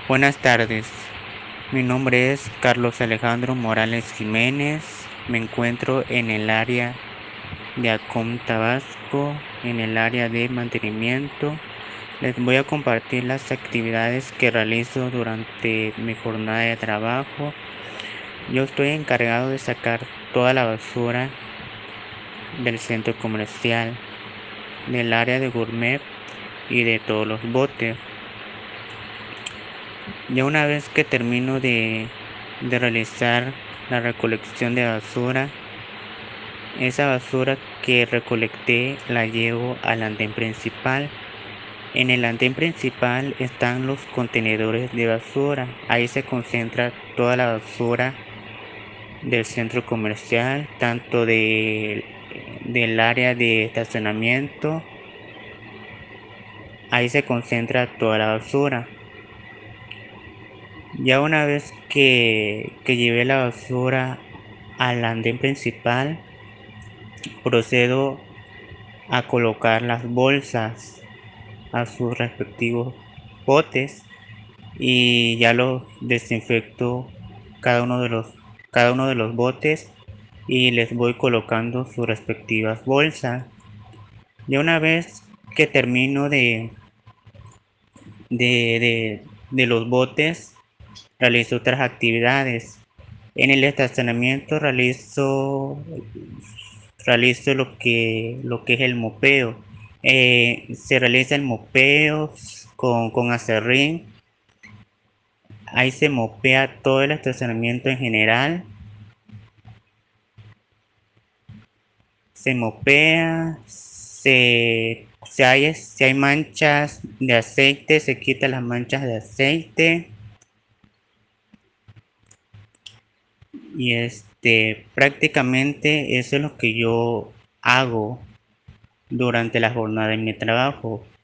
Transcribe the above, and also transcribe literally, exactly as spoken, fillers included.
Buenas tardes, mi nombre es Carlos Alejandro Morales Jiménez, me encuentro en el área de Acom Tabasco, en el área de mantenimiento. Les voy a compartir las actividades que realizo durante mi jornada de trabajo. Yo estoy encargado de sacar toda la basura del centro comercial, del área de gourmet y de todos los botes. Ya una vez que termino de, de realizar la recolección de basura, esa basura que recolecté la llevo al andén principal. En el andén principal están los contenedores de basura. Ahí se concentra toda la basura del centro comercial, tanto de, del área de estacionamiento. Ahí se concentra toda la basura. Ya una vez que, que llevé la basura al andén principal, procedo a colocar las bolsas a sus respectivos botes y ya los desinfecto cada uno de los cada uno de los botes y les voy colocando sus respectivas bolsas. Ya una vez que termino de de, de, de los botes, realizo otras actividades. En el estacionamiento realizo, realizo lo que, lo que es el mopeo. Eh, se realiza el mopeo con, con acerrín. Ahí se mopea todo el estacionamiento en general. Se mopea, se, si hay, si hay manchas de aceite, se quitan las manchas de aceite. Y este, prácticamente eso es lo que yo hago durante la jornada de mi trabajo.